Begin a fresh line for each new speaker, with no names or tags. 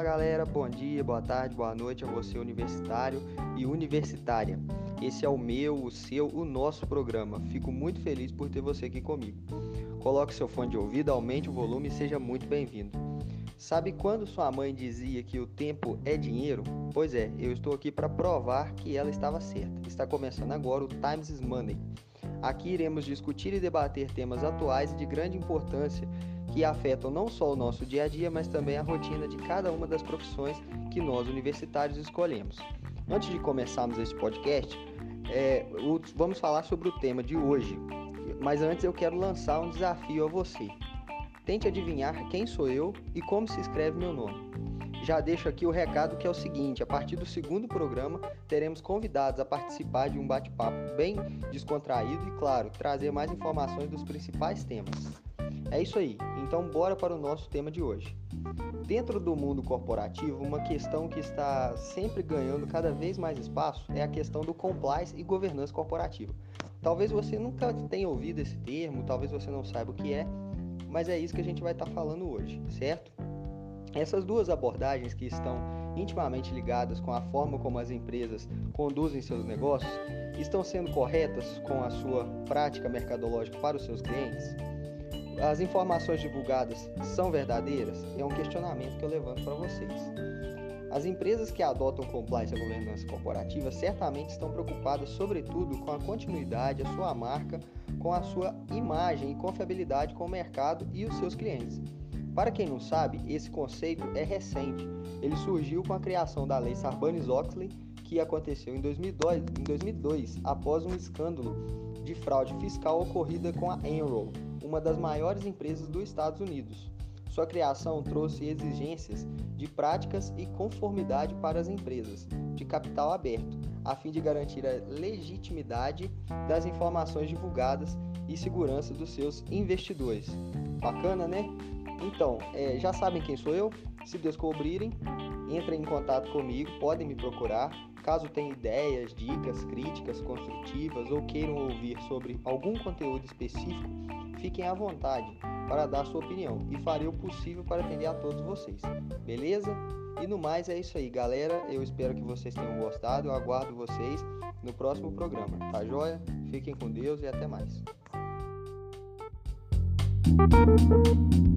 galera, bom dia, boa tarde, boa noite a você universitário e universitária. Esse é o meu, o seu, o nosso programa. Fico muito feliz por ter você aqui comigo. Coloque seu fone de ouvido, aumente o volume e seja muito bem-vindo. Sabe quando sua mãe dizia que o tempo é dinheiro? Pois é, eu estou aqui para provar que ela estava certa. Está começando agora o Times is Money. Aqui iremos discutir e debater temas atuais e de grande importância que afetam não só o nosso dia a dia, mas também a rotina de cada uma das profissões que nós universitários escolhemos. Antes de começarmos esse podcast, vamos falar sobre o tema de hoje, mas antes eu quero lançar um desafio a você. Tente adivinhar quem sou eu e como se escreve meu nome. Já deixo aqui o recado que é o seguinte: a partir do segundo programa teremos convidados a participar de um bate-papo bem descontraído e, claro, trazer mais informações dos principais temas. É isso aí, então bora para o nosso tema de hoje. Dentro do mundo corporativo, uma questão que está sempre ganhando cada vez mais espaço é a questão do compliance e governança corporativa. Talvez você nunca tenha ouvido esse termo, talvez você não saiba o que é, mas é isso que a gente vai estar falando hoje, certo? Essas duas abordagens que estão intimamente ligadas com a forma como as empresas conduzem seus negócios estão sendo corretas com a sua prática mercadológica para os seus clientes? As informações divulgadas são verdadeiras? É um questionamento que eu levanto para vocês. As empresas que adotam compliance e governança corporativa certamente estão preocupadas, sobretudo, com a continuidade, a sua marca, com a sua imagem e confiabilidade com o mercado e os seus clientes. Para quem não sabe, esse conceito é recente. Ele surgiu com a criação da Lei Sarbanes-Oxley, que aconteceu em 2002, após um escândalo de fraude fiscal ocorrida com a Enron, uma das maiores empresas dos Estados Unidos. Sua criação trouxe exigências de práticas e conformidade para as empresas de capital aberto, a fim de garantir a legitimidade das informações divulgadas e segurança dos seus investidores. Bacana, né? Então, já sabem quem sou eu? Se descobrirem, entrem em contato comigo, podem me procurar. Caso tenham ideias, dicas, críticas construtivas ou queiram ouvir sobre algum conteúdo específico, fiquem à vontade para dar sua opinião e farei o possível para atender a todos vocês, beleza? E no mais é isso aí, galera. Eu espero que vocês tenham gostado. Eu aguardo vocês no próximo programa, tá joia? Fiquem com Deus e até mais.